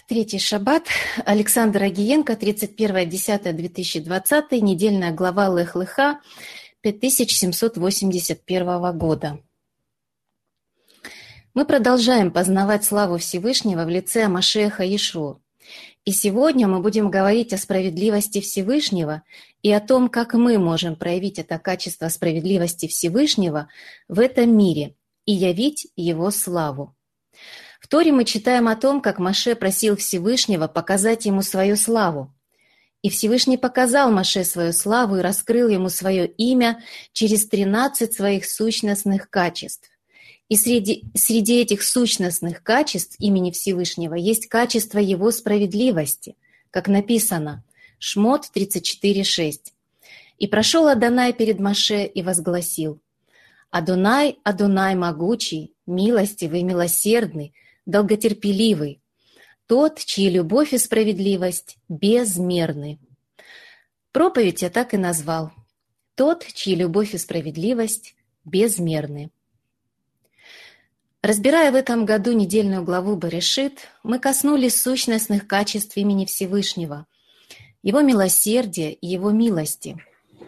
Третий шаббат. Александр Агиенко, 31.10.2020, недельная глава Лех-Леха, 5781 года. Мы продолжаем познавать славу Всевышнего в лице Машеха Иешуа. И сегодня мы будем говорить о справедливости Всевышнего и о том, как мы можем проявить это качество справедливости Всевышнего в этом мире и явить Его славу. В Торе мы читаем о том, как Моше просил Всевышнего показать ему свою славу. И Всевышний показал Моше свою славу и раскрыл ему свое имя через 13 своих сущностных качеств. И среди этих сущностных качеств имени Всевышнего есть качество Его справедливости, как написано, Шмот 34:6. «И прошел Адонай перед Моше и возгласил: Адонай, Адонай могучий, милостивый, милосердный, долготерпеливый, тот, чьи любовь и справедливость безмерны». Проповедь я так и назвал. Тот, чьи любовь и справедливость безмерны. Разбирая в этом году недельную главу Берешит, мы коснулись сущностных качеств имени Всевышнего, Его милосердия и Его милости.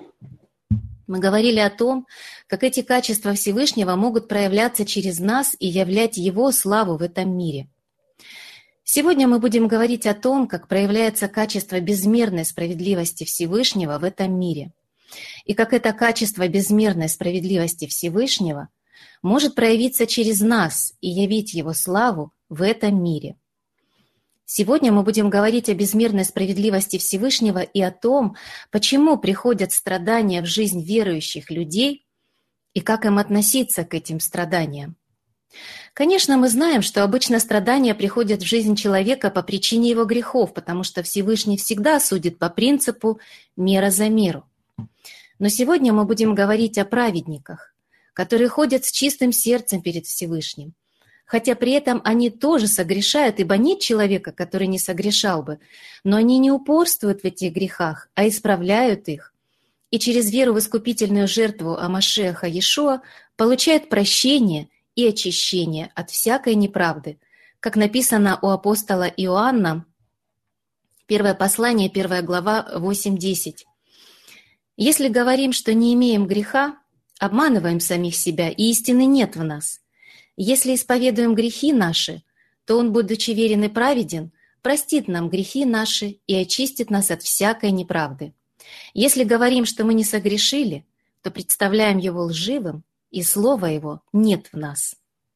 Мы говорили о том, как эти качества Всевышнего могут проявляться через нас и являть Его славу в этом мире. Сегодня мы будем говорить о том, как проявляется качество безмерной справедливости Всевышнего в этом мире, и как это качество безмерной справедливости Всевышнего может проявиться через нас и явить Его славу в этом мире. Сегодня мы будем говорить о безмерной справедливости Всевышнего и о том, почему приходят страдания в жизнь верующих людей и как им относиться к этим страданиям. Конечно, мы знаем, что обычно страдания приходят в жизнь человека по причине его грехов, потому что Всевышний всегда судит по принципу «мера за меру». Но сегодня мы будем говорить о праведниках, которые ходят с чистым сердцем перед Всевышним, хотя при этом они тоже согрешают, ибо нет человека, который не согрешал бы, но они не упорствуют в этих грехах, а исправляют их, и через веру в искупительную жертву Машеха Иешуа получают прощение и очищение от всякой неправды, как написано у апостола Иоанна, первое послание, 1 глава, 8-10. «Если говорим, что не имеем греха, обманываем самих себя, и истины нет в нас. Если исповедуем грехи наши, то Он, будучи верен и праведен, простит нам грехи наши и очистит нас от всякой неправды. Если говорим, что мы не согрешили, то представляем Его лживым, и слова Его нет в нас».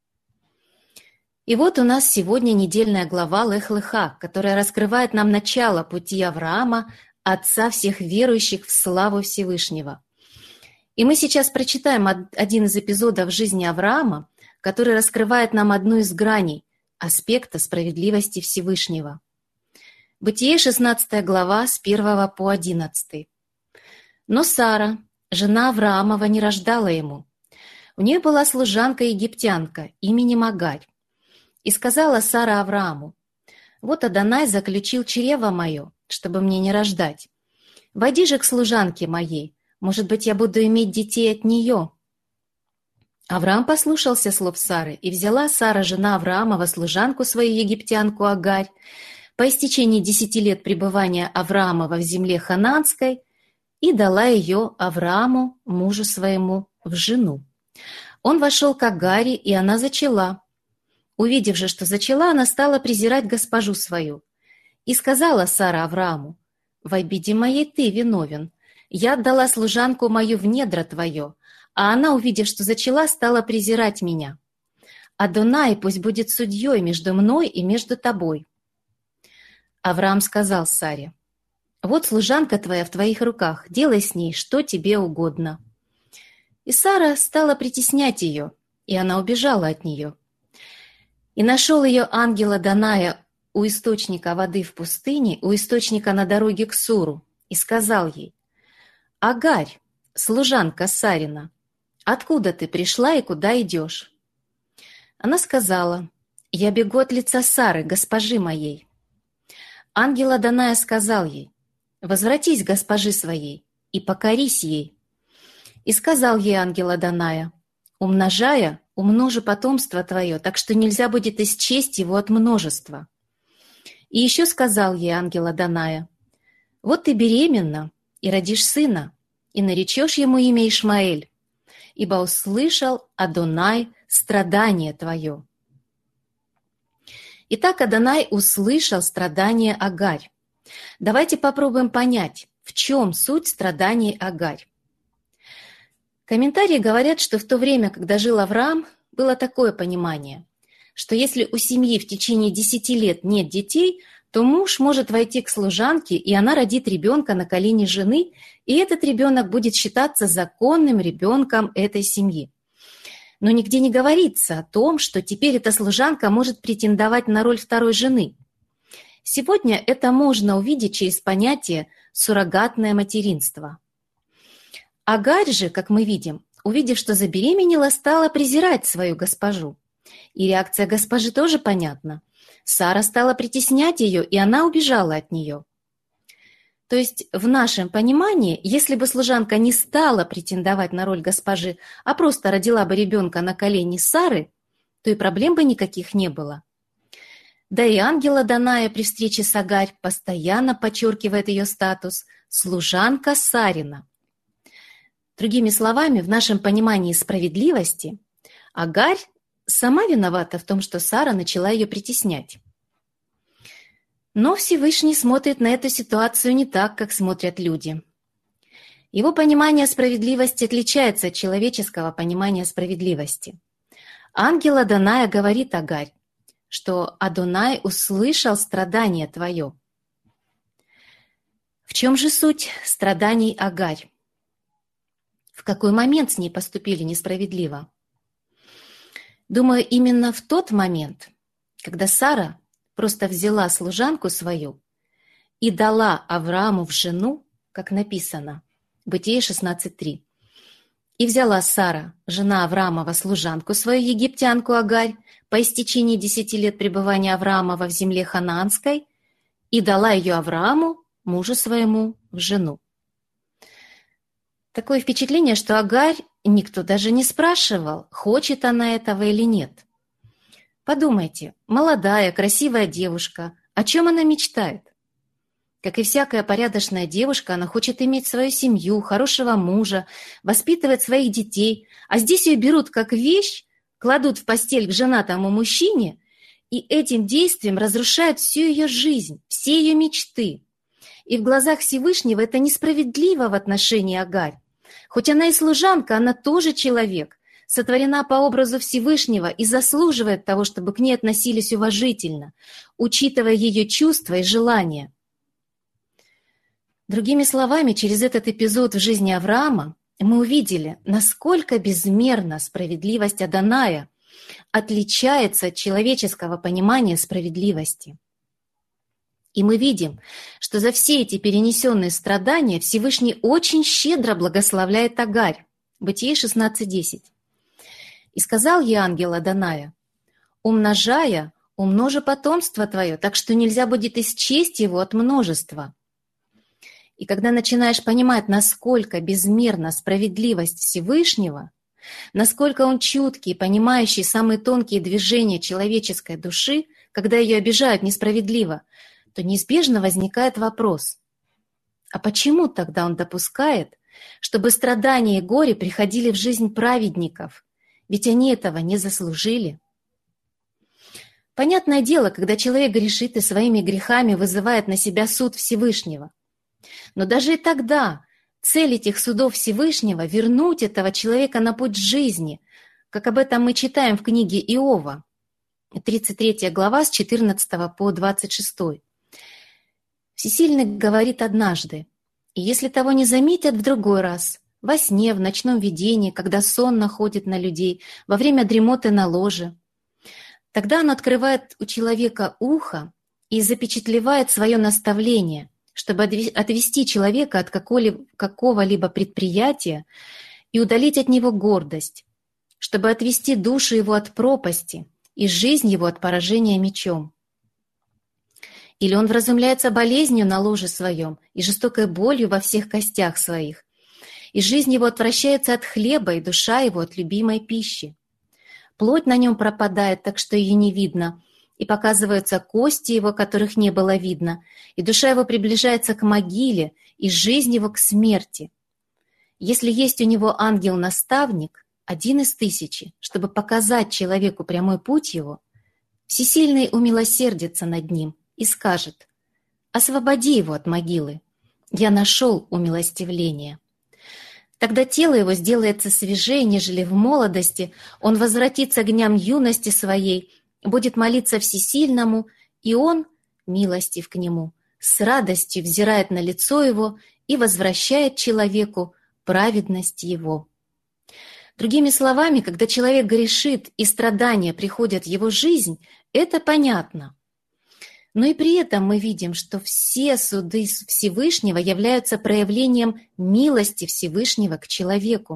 И вот у нас сегодня недельная глава Лех-Леха, которая раскрывает нам начало пути Авраама, отца всех верующих в славу Всевышнего. И мы сейчас прочитаем один из эпизодов жизни Авраама, который раскрывает нам одну из граней аспекта справедливости Всевышнего. Бытие, 16 глава, с 1 по 11. «Но Сара, жена Авраамова, не рождала ему. У нее была служанка-египтянка именем Агарь. И сказала Сара Аврааму: вот Адонай заключил чрево мое, чтобы мне не рождать. Войди же к служанке моей, может быть, я буду иметь детей от нее». Авраам послушался слов Сары, и взяла Сара, жена Авраамова, служанку свою египтянку Агарь, по истечении 10 лет пребывания Авраамова в земле ханаанской, и дала ее Аврааму, мужу своему, в жену. Он вошел к Агари, и она зачала. Увидев же, что зачала, она стала презирать госпожу свою. И сказала Сара Аврааму: «В обиде моей ты виновен. Я отдала служанку мою в недра твое, а она, увидев, что зачала, стала презирать меня. Адонай пусть будет судьей между мной и между тобой». Авраам сказал Саре: «Вот служанка твоя в твоих руках, делай с ней, что тебе угодно». И Сара стала притеснять ее, и она убежала от нее. И нашел ее ангел Адоная у источника воды в пустыне, у источника на дороге к Суру, и сказал ей: «Агарь, служанка Сарина, откуда ты пришла и куда идешь?» Она сказала: «Я бегу от лица Сары, госпожи моей». Ангел Адоная сказал ей: «Возвратись к госпоже своей и покорись ей». И сказал ей ангел Адоная: «Умножая, умножу потомство твое, так что нельзя будет исчесть его от множества». И еще сказал ей ангел Адоная: «Вот ты беременна и родишь сына, и наречешь ему имя Ишмаэль, ибо услышал Адонай страдание твое». Итак, Адонай услышал страдание Агарь. Давайте попробуем понять, в чем суть страданий Агарь. Комментарии говорят, что в то время, когда жил Авраам, было такое понимание, что если у семьи в течение 10 лет нет детей, то муж может войти к служанке, и она родит ребенка на колени жены, и этот ребенок будет считаться законным ребенком этой семьи. Но нигде не говорится о том, что теперь эта служанка может претендовать на роль второй жены. Сегодня это можно увидеть через понятие «суррогатное материнство». Агарь же, как мы видим, увидев, что забеременела, стала презирать свою госпожу. И реакция госпожи тоже понятна. Сара стала притеснять ее, и она убежала от нее. То есть в нашем понимании, если бы служанка не стала претендовать на роль госпожи, а просто родила бы ребенка на колени Сары, то и проблем бы никаких не было. Да и ангел Адоная при встрече с Агарь постоянно подчеркивает ее статус «служанка Сарина». Другими словами, в нашем понимании справедливости, Агарь сама виновата в том, что Сара начала ее притеснять. Но Всевышний смотрит на эту ситуацию не так, как смотрят люди. Его понимание справедливости отличается от человеческого понимания справедливости. Ангел Адоная говорит Агарь, что Адонай услышал страдание твое. В чем же суть страданий Агарь? В какой момент с ней поступили несправедливо? Думаю, именно в тот момент, когда Сара просто взяла служанку свою и дала Аврааму в жену, как написано, Бытие 16:3. «И взяла Сара, жена Авраамова, служанку свою, египтянку Агарь, по истечении 10 лет пребывания Авраамова в земле ханаанской, и дала ее Аврааму, мужу своему, в жену». Такое впечатление, что Агарь никто даже не спрашивал, хочет она этого или нет. Подумайте, молодая, красивая девушка, о чем она мечтает? Как и всякая порядочная девушка, она хочет иметь свою семью, хорошего мужа, воспитывать своих детей, а здесь ее берут как вещь, кладут в постель к женатому мужчине и этим действием разрушают всю ее жизнь, все ее мечты. И в глазах Всевышнего это несправедливо в отношении Агарь. Хоть она и служанка, она тоже человек, сотворена по образу Всевышнего и заслуживает того, чтобы к ней относились уважительно, учитывая ее чувства и желания. Другими словами, через этот эпизод в жизни Авраама мы увидели, насколько безмерна справедливость Адоная отличается от человеческого понимания справедливости. И мы видим, что за все эти перенесенные страдания Всевышний очень щедро благословляет Агарь. Бытие 16:10. «И сказал ей ангел Адоная: умножая, умножи потомство твое, так что нельзя будет исчесть его от множества». И когда начинаешь понимать, насколько безмерна справедливость Всевышнего, насколько он чуткий, понимающий самые тонкие движения человеческой души, когда ее обижают несправедливо, то неизбежно возникает вопрос: а почему тогда он допускает, чтобы страдания и горе приходили в жизнь праведников? Ведь они этого не заслужили. Понятное дело, когда человек грешит и своими грехами вызывает на себя суд Всевышнего. Но даже и тогда цель этих судов Всевышнего — вернуть этого человека на путь жизни, как об этом мы читаем в книге Иова, 33 глава с 14 по 26. Всесильный говорит однажды: «И если того не заметят в другой раз, во сне, в ночном видении, когда сон находит на людей, во время дремоты на ложе, тогда он открывает у человека ухо и запечатлевает свое наставление, чтобы отвести человека от какого-либо предприятия и удалить от него гордость, чтобы отвести душу его от пропасти и жизнь его от поражения мечом. Или он вразумляется болезнью на ложе своем и жестокой болью во всех костях своих, и жизнь его отвращается от хлеба, и душа его от любимой пищи. Плоть на нем пропадает, так что ее не видно, и показываются кости его, которых не было видно, и душа его приближается к могиле, и жизнь его к смерти. Если есть у него ангел-наставник, 1 из 1000, чтобы показать человеку прямой путь его, Всесильный умилосердится над ним и скажет: «Освободи его от могилы, я нашел умилостивление». Тогда тело его сделается свежее, нежели в молодости, он возвратится к дням юности своей, будет молиться Всесильному, и он, милостив к нему, с радостью взирает на лицо его и возвращает человеку праведность его. Другими словами, когда человек грешит и страдания приходят в его жизнь, это понятно. Но и при этом мы видим, что все суды Всевышнего являются проявлением милости Всевышнего к человеку.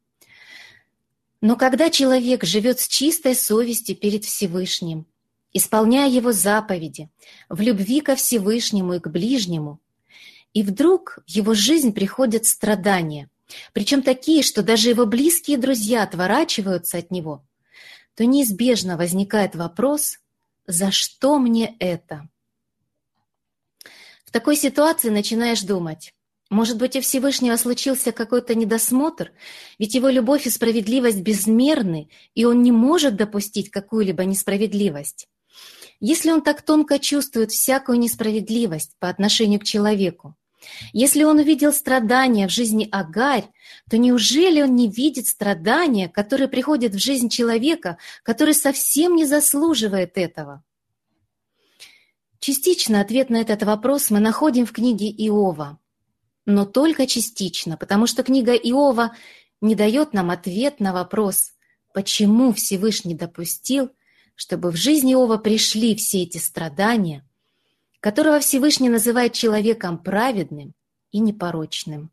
Но когда человек живет с чистой совестью перед Всевышним, исполняя его заповеди, в любви ко Всевышнему и к ближнему, и вдруг в его жизнь приходят страдания, причем такие, что даже его близкие друзья отворачиваются от него, то неизбежно возникает вопрос: «За что мне это?» В такой ситуации начинаешь думать: может быть, у Всевышнего случился какой-то недосмотр, ведь его любовь и справедливость безмерны, и он не может допустить какую-либо несправедливость. Если он так тонко чувствует всякую несправедливость по отношению к человеку, если он увидел страдания в жизни Агарь, то неужели он не видит страдания, которые приходят в жизнь человека, который совсем не заслуживает этого? Частично ответ на этот вопрос мы находим в книге Иова, но только частично, потому что книга Иова не дает нам ответ на вопрос, почему Всевышний допустил, чтобы в жизнь Иова пришли все эти страдания, которого Всевышний называет человеком праведным и непорочным.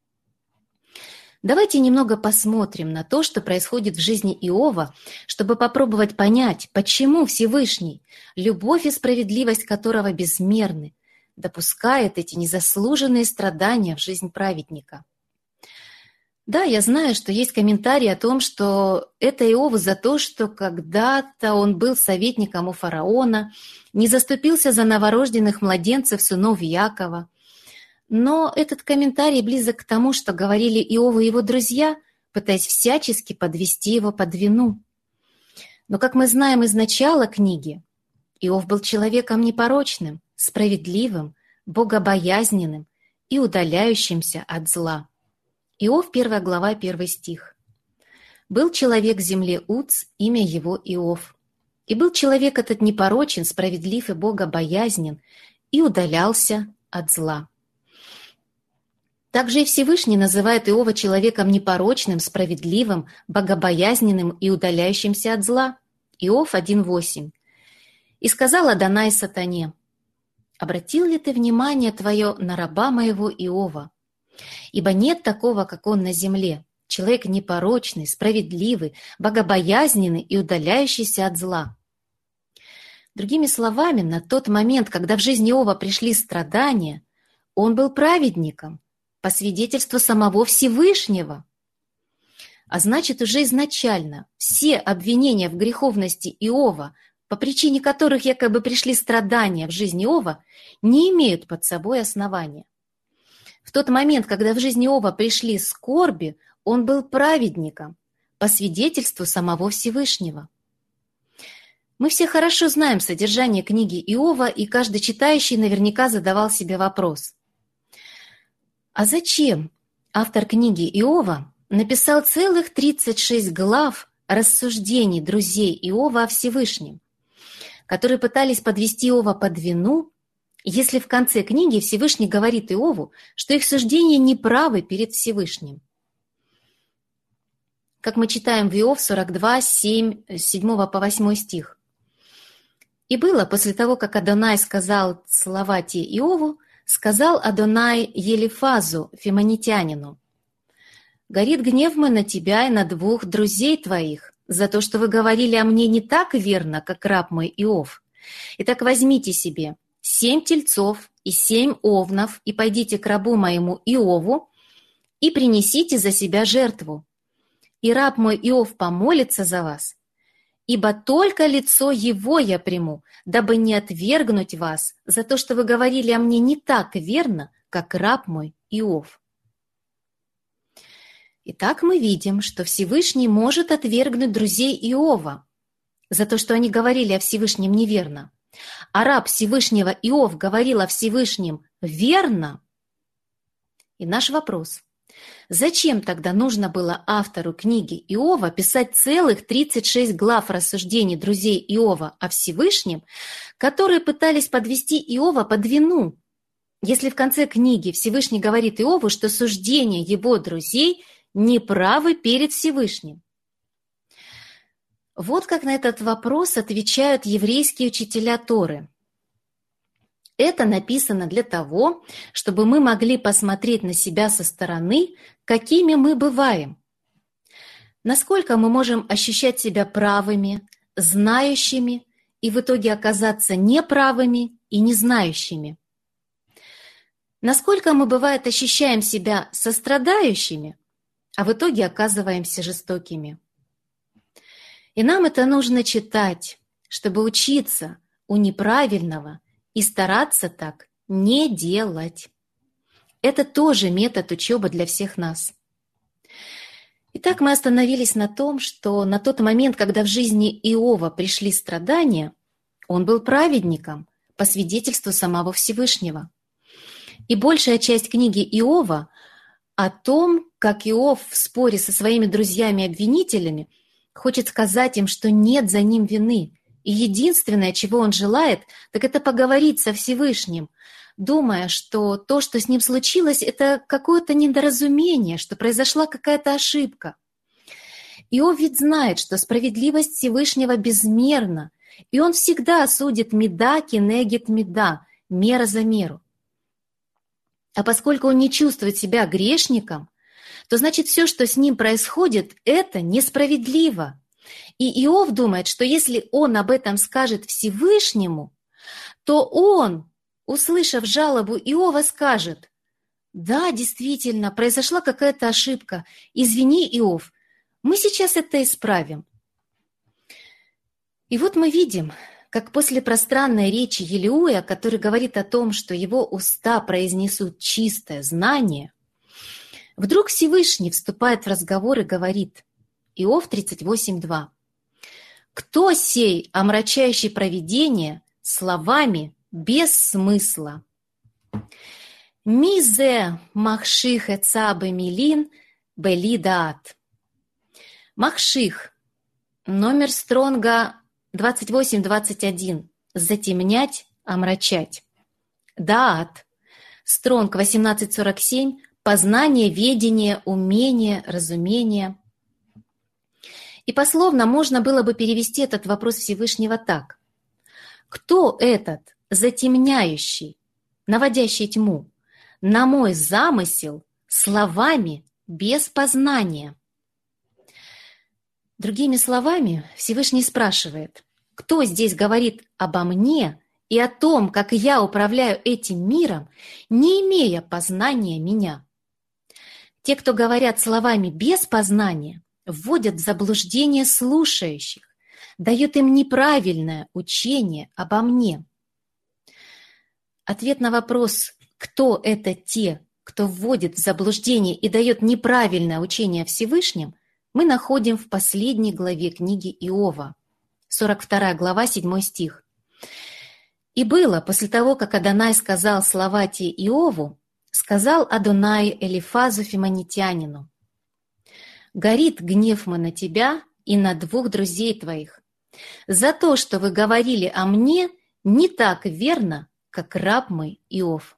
Давайте немного посмотрим на то, что происходит в жизни Иова, чтобы попробовать понять, почему Всевышний, любовь и справедливость которого безмерны, допускает эти незаслуженные страдания в жизнь праведника. Да, я знаю, что есть комментарии о том, что это Иову за то, что когда-то он был советником у фараона, не заступился за новорожденных младенцев сынов Якова. Но этот комментарий близок к тому, что говорили Иову и его друзья, пытаясь всячески подвести его под вину. Но, как мы знаем из начала книги, Иов был человеком непорочным, справедливым, богобоязненным и удаляющимся от зла. Иов, 1 глава, 1 стих. «Был человек в земле Уц, имя его Иов. И был человек этот непорочен, справедлив и богобоязнен, и удалялся от зла». Также и Всевышний называет Иова человеком непорочным, справедливым, богобоязненным и удаляющимся от зла. Иов 1:8. «И сказал Адонай сатане: обратил ли ты внимание твое на раба моего Иова? Ибо нет такого, как он на земле, человек непорочный, справедливый, богобоязненный и удаляющийся от зла». Другими словами, на тот момент, когда в жизнь Иова пришли страдания, он был праведником, по свидетельству самого Всевышнего. А значит, уже изначально все обвинения в греховности Иова, по причине которых якобы пришли страдания в жизнь Иова, не имеют под собой основания. В тот момент, когда в жизнь Иова пришли скорби, он был праведником, по свидетельству самого Всевышнего. Мы все хорошо знаем содержание книги Иова, и каждый читающий наверняка задавал себе вопрос: а зачем автор книги Иова написал целых 36 глав рассуждений друзей Иова о Всевышнем, которые пытались подвести Иова под вину, если в конце книги Всевышний говорит Иову, что их суждения неправы перед Всевышним? Как мы читаем в Иов 42, 7 по 8 стих. «И было после того, как Адонай сказал слова те Иову, сказал Адонай Елифазу, фимонитянину: горит гнев мой на тебя и на 2 друзей твоих за то, что вы говорили о мне не так верно, как раб мой Иов. Итак, возьмите себе 7 тельцов и 7 овнов и пойдите к рабу моему Иову и принесите за себя жертву. И раб мой Иов помолится за вас, ибо только лицо его я приму, дабы не отвергнуть вас за то, что вы говорили о мне не так верно, как раб мой Иов». Итак, мы видим, что Всевышний может отвергнуть друзей Иова за то, что они говорили о Всевышнем неверно. А раб Всевышнего Иов говорил о Всевышнем верно. И наш вопрос: зачем тогда нужно было автору книги Иова писать целых 36 глав рассуждений друзей Иова о Всевышнем, которые пытались подвести Иова под вину, если в конце книги Всевышний говорит Иову, что суждения его друзей неправы перед Всевышним? Вот как на этот вопрос отвечают еврейские учителя Торы. Это написано для того, чтобы мы могли посмотреть на себя со стороны, какими мы бываем. Насколько мы можем ощущать себя правыми, знающими и в итоге оказаться неправыми и незнающими. Насколько мы, бывает, ощущаем себя сострадающими, а в итоге оказываемся жестокими. И нам это нужно читать, чтобы учиться у неправильного и стараться так не делать. Это тоже метод учебы для всех нас. Итак, мы остановились на том, что на тот момент, когда в жизни Иова пришли страдания, он был праведником по свидетельству самого Всевышнего. И большая часть книги Иова о том, как Иов в споре со своими друзьями-обвинителями хочет сказать им, что нет за ним вины, и единственное, чего он желает, так это поговорить со Всевышним, думая, что то, что с ним случилось, это какое-то недоразумение, что произошла какая-то ошибка. Иов ведь знает, что справедливость Всевышнего безмерна, и он всегда осудит меда кенегет меда, мера за меру. А поскольку он не чувствует себя грешником, то значит все, что с ним происходит, это несправедливо. И Иов думает, что если он об этом скажет Всевышнему, то он, услышав жалобу Иова, скажет: «Да, действительно, произошла какая-то ошибка. Извини, Иов, мы сейчас это исправим». И вот мы видим, как после пространной речи Елиуя, который говорит о том, что его уста произнесут чистое знание, вдруг Всевышний вступает в разговор и говорит, Иов 38:2: «Кто сей, омрачающий провидение, словами без смысла? Мизе махших эцабы милин бели даат». Махших, номер Стронга 2821, затемнять, омрачать. Даат, Стронг 1847, познание, ведение, умение, разумение. И пословно можно было бы перевести этот вопрос Всевышнего так: кто этот затемняющий, наводящий тьму, на мой замысел словами без познания? Другими словами, Всевышний спрашивает, кто здесь говорит обо мне и о том, как я управляю этим миром, не имея познания меня? Те, кто говорят словами без познания, вводят в заблуждение слушающих, дают им неправильное учение обо мне. Ответ на вопрос, кто это те, кто вводит в заблуждение и дает неправильное учение о Всевышнем, мы находим в последней главе книги Иова, 42 глава, 7 стих. «И было, после того, как Адонай сказал слова те Иову, сказал Адонай Элифазу Фимонитянину: горит гнев мой на тебя и на двух друзей твоих, за то, что вы говорили о мне не так верно, как раб мой Иов».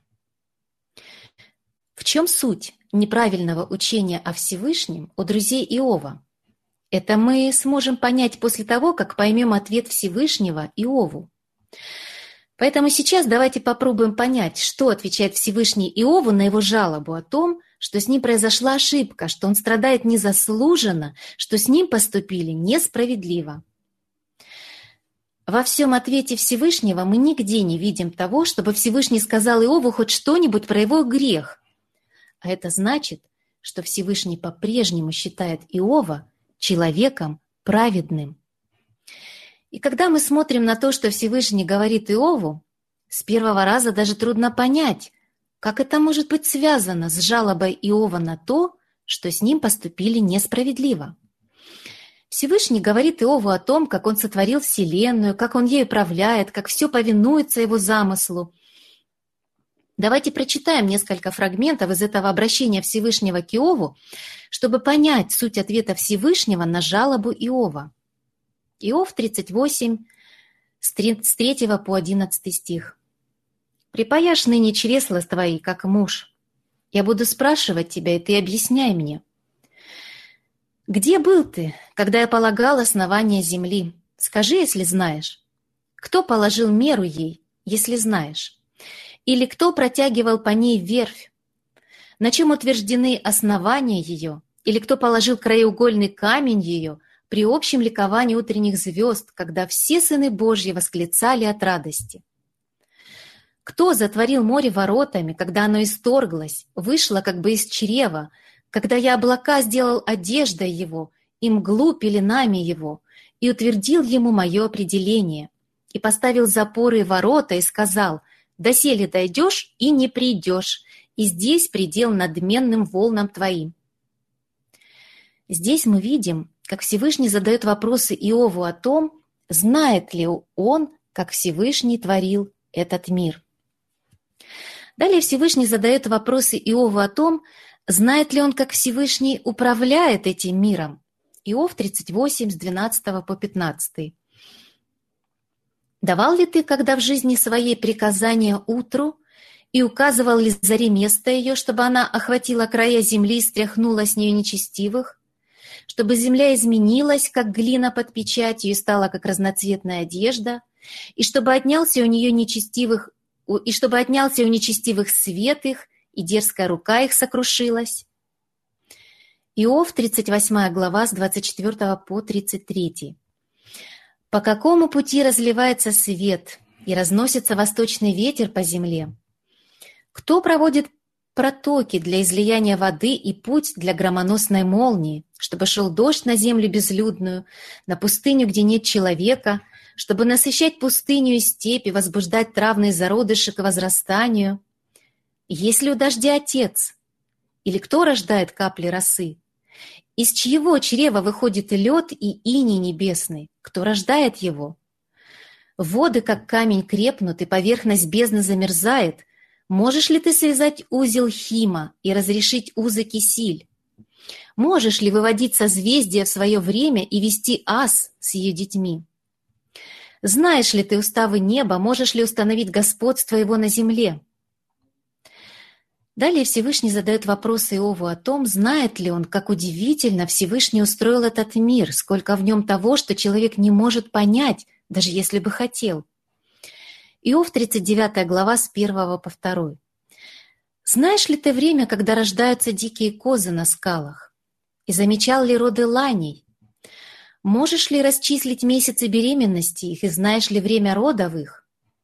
В чем суть неправильного учения о Всевышнем у друзей Иова? Это мы сможем понять после того, как поймем ответ Всевышнего Иову. Поэтому сейчас давайте попробуем понять, что отвечает Всевышний Иову на его жалобу о том, что с ним произошла ошибка, что он страдает незаслуженно, что с ним поступили несправедливо. Во всем ответе Всевышнего мы нигде не видим того, чтобы Всевышний сказал Иову хоть что-нибудь про его грех. А это значит, что Всевышний по-прежнему считает Иова человеком праведным. И когда мы смотрим на то, что Всевышний говорит Иову, с первого раза даже трудно понять, как это может быть связано с жалобой Иова на то, что с ним поступили несправедливо. Всевышний говорит Иову о том, как он сотворил Вселенную, как он ею управляет, как все повинуется его замыслу. Давайте прочитаем несколько фрагментов из этого обращения Всевышнего к Иову, чтобы понять суть ответа Всевышнего на жалобу Иова. Иов 38, с 3 по 11 стих. «Припаяшь ныне чресла твои, как муж. Я буду спрашивать тебя, и ты объясняй мне. Где был ты, когда я полагал основание земли? Скажи, если знаешь. Кто положил меру ей, если знаешь? Или кто протягивал по ней верфь? На чем утверждены основания ее? Или кто положил краеугольный камень ее при общем ликовании утренних звезд, когда все сыны Божьи восклицали от радости? Кто затворил море воротами, когда оно исторглось, вышло как бы из чрева, когда я облака сделал одеждой его, и мглу пеленами его, и утвердил ему мое определение, и поставил запоры и ворота, и сказал: доселе дойдешь и не придешь, и здесь предел надменным волнам твоим». Здесь мы видим, как Всевышний задает вопросы Иову о том, знает ли он, как Всевышний творил этот мир. Далее Всевышний задает вопросы Иову о том, знает ли он, как Всевышний управляет этим миром. Иов 38, с 12 по 15. «Давал ли ты, когда в жизни своей, приказания утру, и указывал ли заре место ее, чтобы она охватила края земли и стряхнула с нее нечестивых? Чтобы земля изменилась, как глина под печатью, и стала, как разноцветная одежда, и чтобы отнялся у нечестивых свет их, и дерзкая рука их сокрушилась». Иов, 38 глава, с 24 по 33. «По какому пути разливается свет, и разносится восточный ветер по земле? Кто проводит протоки для излияния воды и путь для громоносной молнии, чтобы шел дождь на землю безлюдную, на пустыню, где нет человека, чтобы насыщать пустыню и степи, возбуждать травные зародыши к возрастанию? Есть ли у дождя отец? Или кто рождает капли росы? Из чьего чрева выходит лед и иней небесный? Кто рождает его? Воды, как камень, крепнут, и поверхность бездны замерзает. Можешь ли ты связать узел Хима и разрешить узы Кисиль? Можешь ли выводить созвездия в свое время и вести Ас с ее детьми? Знаешь ли ты уставы неба, можешь ли установить господство его на земле?» Далее Всевышний задает вопросы Иову о том, знает ли он, как удивительно Всевышний устроил этот мир, сколько в нем того, что человек не может понять, даже если бы хотел. Иов, 39 глава, с 1 по 2. «Знаешь ли ты время, когда рождаются дикие козы на скалах? И замечал ли роды ланей? Можешь ли расчислить месяцы беременности их, и знаешь ли время родов их?»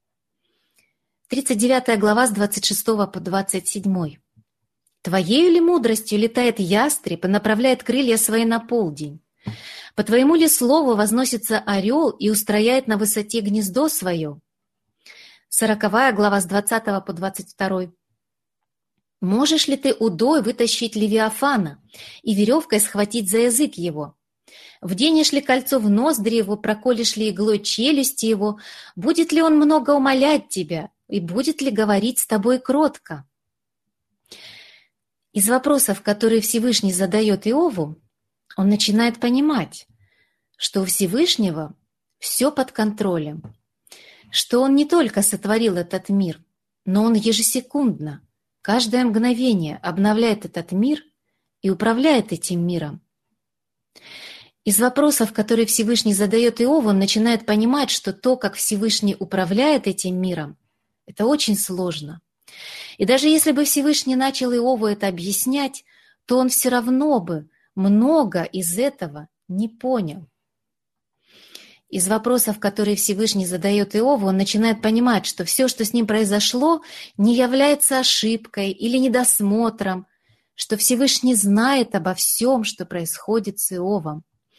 39 глава, с 26 по 27. «Твоею ли мудростью летает ястреб и направляет крылья свои на полдень? По твоему ли слову возносится орел и устрояет на высоте гнездо свое?» 40 глава, с 20 по 22. «Можешь ли ты удой вытащить Левиафана и веревкой схватить за язык его? Вденешь ли кольцо в ноздри его, проколешь ли иглой челюсти его? Будет ли он много умолять тебя, и будет ли говорить с тобой кротко?» Из вопросов, которые Всевышний задает Иову, он начинает понимать, что у Всевышнего все под контролем, что он не только сотворил этот мир, но он ежесекундно, каждое мгновение обновляет этот мир и управляет этим миром. Из вопросов, которые Всевышний задает Иову, он начинает понимать, что то, как Всевышний управляет этим миром, это очень сложно. И даже если бы Всевышний начал Иову это объяснять, то он все равно бы много из этого не понял. Из вопросов, которые Всевышний задает Иову, он начинает понимать, что все, что с ним произошло, не является ошибкой или недосмотром, что Всевышний знает обо всем, что происходит с Иовом.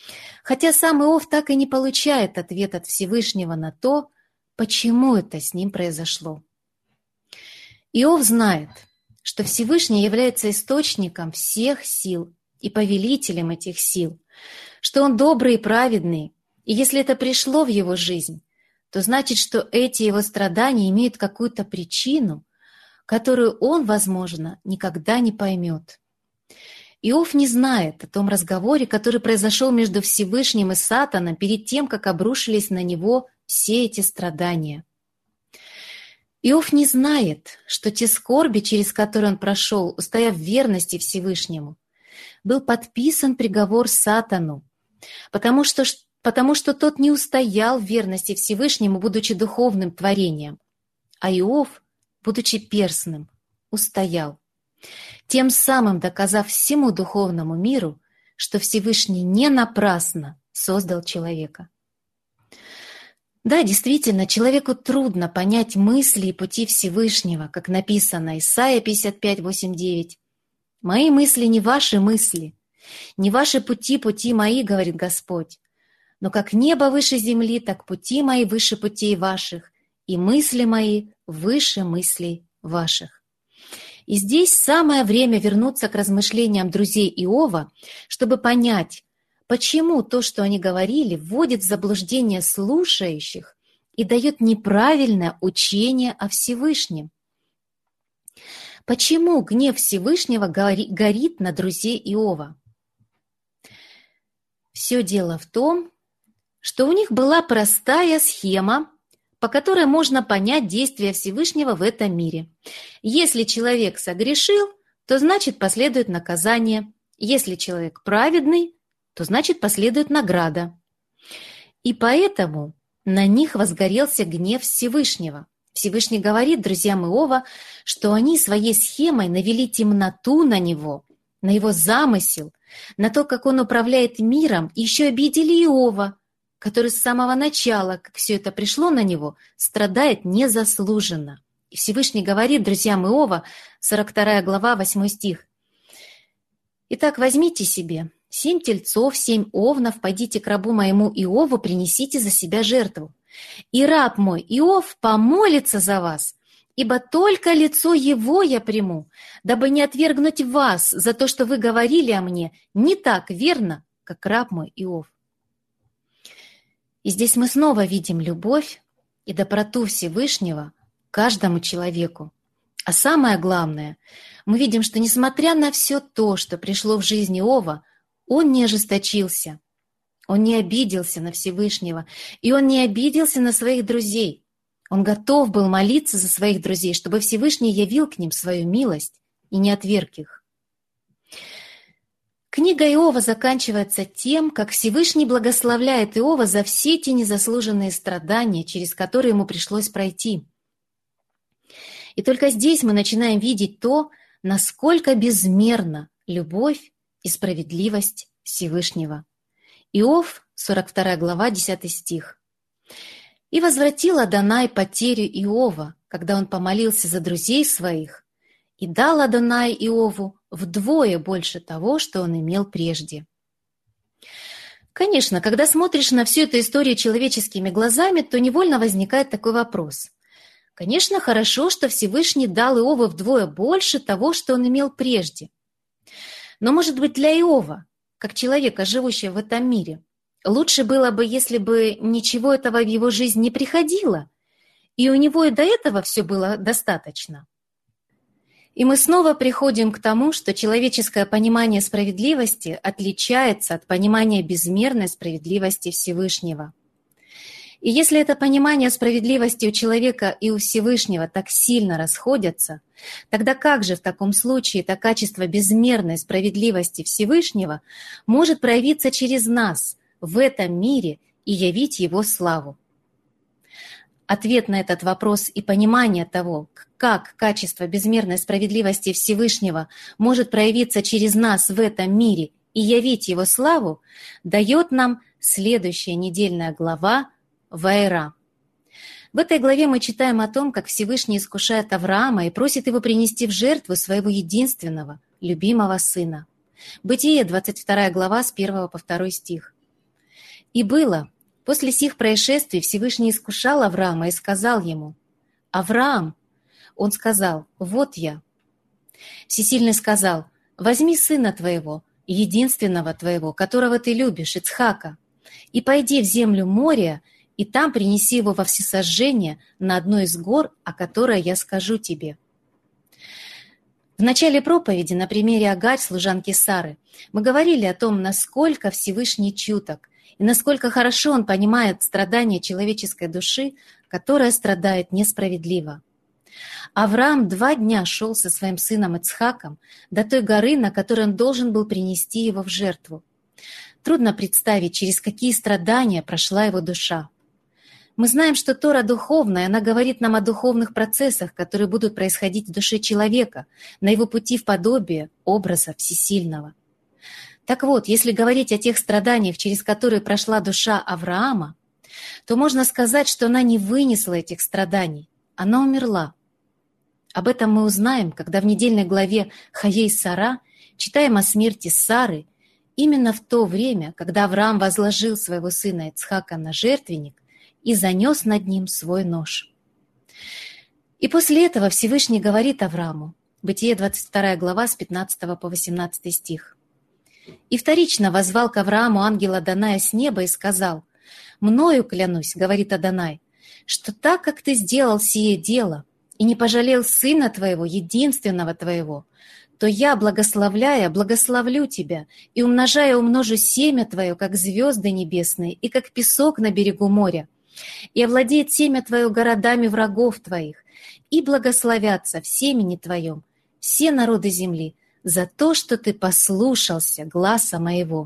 Хотя сам Иов так и не получает ответ от Всевышнего на то, почему это с ним произошло. Иов знает, что Всевышний является источником всех сил и повелителем этих сил, что он добрый и праведный, и если это пришло в его жизнь, то значит, что эти его страдания имеют какую-то причину, которую он, возможно, никогда не поймет. Иов не знает о том разговоре, который произошел между Всевышним и Сатаном перед тем, как обрушились на него все эти страдания. Иов не знает, что те скорби, через которые он прошел, устояв в верности Всевышнему, был подписан приговор Сатану, потому что тот не устоял в верности Всевышнему, будучи духовным творением, а Иов, будучи перстным, устоял, тем самым доказав всему духовному миру, что Всевышний не напрасно создал человека. Да, действительно, человеку трудно понять мысли и пути Всевышнего, как написано Исайя 55:8-9. «Мои мысли не ваши мысли, не ваши пути, пути мои, говорит Господь. Но как небо выше земли, так пути мои выше путей ваших, и мысли мои выше мыслей ваших». И здесь самое время вернуться к размышлениям друзей Иова, чтобы понять, почему то, что они говорили, вводит в заблуждение слушающих и дает неправильное учение о Всевышнем. Почему гнев Всевышнего горит на друзей Иова? Все дело в том, что у них была простая схема, по которой можно понять действия Всевышнего в этом мире. Если человек согрешил, то значит последует наказание. Если человек праведный, то значит последует награда. И поэтому на них возгорелся гнев Всевышнего. Всевышний говорит друзьям Иова, что они своей схемой навели темноту на него, на его замысел, на то, как он управляет миром, и еще обидели Иова, который с самого начала, как все это пришло на него, страдает незаслуженно. И Всевышний говорит друзьям Иова, 42 глава, 8 стих. «Итак, возьмите себе 7 тельцов, 7 овнов, пойдите к рабу моему Иову, принесите за себя жертву. И раб мой Иов помолится за вас, ибо только лицо его я приму, дабы не отвергнуть вас за то, что вы говорили о мне, не так верно, как раб мой Иов». И здесь мы снова видим любовь и доброту Всевышнего к каждому человеку. А самое главное, мы видим, что несмотря на все то, что пришло в жизнь Иова, он не ожесточился, он не обиделся на Всевышнего, и он не обиделся на своих друзей. Он готов был молиться за своих друзей, чтобы Всевышний явил к ним свою милость и не отверг их. Книга Иова заканчивается тем, как Всевышний благословляет Иова за все те незаслуженные страдания, через которые ему пришлось пройти. И только здесь мы начинаем видеть то, насколько безмерна любовь и справедливость Всевышнего. Иов, 42 глава, 10 стих. «И возвратил Адонай потерю Иова, когда он помолился за друзей своих, и дал Адонай Иову вдвое больше того, что он имел прежде». Конечно, когда смотришь на всю эту историю человеческими глазами, то невольно возникает такой вопрос. Конечно, хорошо, что Всевышний дал Иову вдвое больше того, что он имел прежде. Но, может быть, для Иова, как человека, живущего в этом мире, лучше было бы, если бы ничего этого в его жизнь не приходило, и у него и до этого все было достаточно. И мы снова приходим к тому, что человеческое понимание справедливости отличается от понимания безмерной справедливости Всевышнего. И если это понимание справедливости у человека и у Всевышнего так сильно расходятся, тогда как же в таком случае это качество безмерной справедливости Всевышнего может проявиться через нас в этом мире и явить его славу? Ответ на этот вопрос и понимание того, как качество безмерной справедливости Всевышнего может проявиться через нас в этом мире и явить его славу, дает нам следующая недельная глава Ваэра. В этой главе мы читаем о том, как Всевышний искушает Авраама и просит его принести в жертву своего единственного, любимого сына. Бытие, 22 глава, с 1 по 2 стих. И было, после сих происшествий Всевышний искушал Авраама и сказал ему: «Авраам!» Он сказал: «Вот я». Всесильный сказал: «Возьми сына твоего, единственного твоего, которого ты любишь, Ицхака, и пойди в землю Мория, и там принеси его во всесожжение на одной из гор, о которой я скажу тебе». В начале проповеди на примере Агарь, служанки Сары, мы говорили о том, насколько Всевышний чуток и насколько хорошо Он понимает страдания человеческой души, которая страдает несправедливо. Авраам 2 дня шел со своим сыном Ицхаком до той горы, на которой он должен был принести его в жертву. Трудно представить, через какие страдания прошла его душа. Мы знаем, что Тора духовная, она говорит нам о духовных процессах, которые будут происходить в душе человека, на его пути в подобие образа Всесильного. Так вот, если говорить о тех страданиях, через которые прошла душа Авраама, то можно сказать, что она не вынесла этих страданий, она умерла. Об этом мы узнаем, когда в недельной главе Хаей Сара читаем о смерти Сары именно в то время, когда Авраам возложил своего сына Ицхака на жертвенник и занес над ним свой нож. И после этого Всевышний говорит Аврааму, Бытие 22 глава с 15 по 18 стих. «И вторично воззвал к Аврааму ангел Адоная с неба и сказал: «Мною клянусь, — говорит Адонай, — что так, как ты сделал сие дело и не пожалел сына твоего, единственного твоего, то я, благословляя, благословлю тебя, и умножая умножу семя твое, как звезды небесные, и как песок на берегу моря, и овладеет семя твое городами врагов твоих, и благословятся в семени твоем все народы земли за то, что ты послушался гласа моего».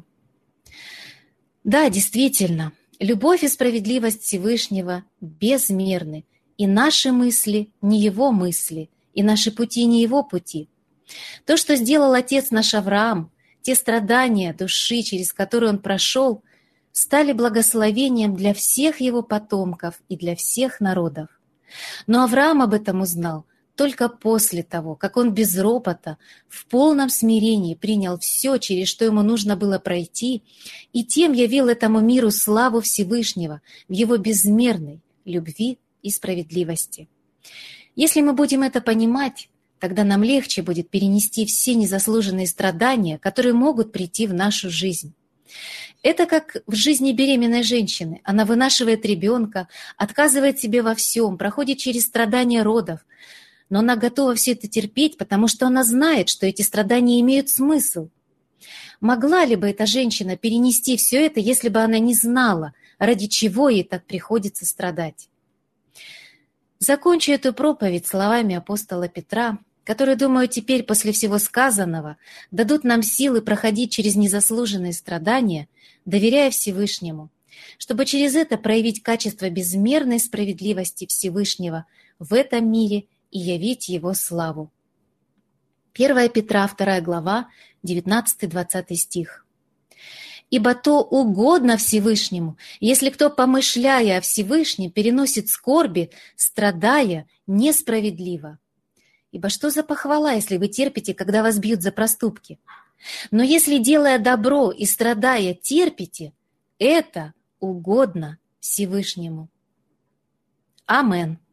Да, действительно, любовь и справедливость Всевышнего безмерны, и наши мысли не его мысли, и наши пути не его пути. То, что сделал отец наш Авраам, те страдания души, через которые он прошел, стали благословением для всех его потомков и для всех народов. Но Авраам об этом узнал только после того, как он без ропота, в полном смирении принял все, через что ему нужно было пройти, и тем явил этому миру славу Всевышнего в его безмерной любви и справедливости. Если мы будем это понимать, тогда нам легче будет перенести все незаслуженные страдания, которые могут прийти в нашу жизнь. Это как в жизни беременной женщины. Она вынашивает ребенка, отказывает себе во всем, проходит через страдания родов, но она готова все это терпеть, потому что она знает, что эти страдания имеют смысл. Могла ли бы эта женщина перенести все это, если бы она не знала, ради чего ей так приходится страдать? Закончу эту проповедь словами апостола Петра, которые, думаю, теперь после всего сказанного дадут нам силы проходить через незаслуженные страдания, доверяя Всевышнему, чтобы через это проявить качество безмерной справедливости Всевышнего в этом мире и явить Его славу. 1 Петра, 2 глава, 19-20 стих. «Ибо то угодно Всевышнему, если кто, помышляя о Всевышнем, переносит скорби, страдая несправедливо». Ибо что за похвала, если вы терпите, когда вас бьют за проступки? Но если, делая добро и страдая, терпите, это угодно Всевышнему. Амен.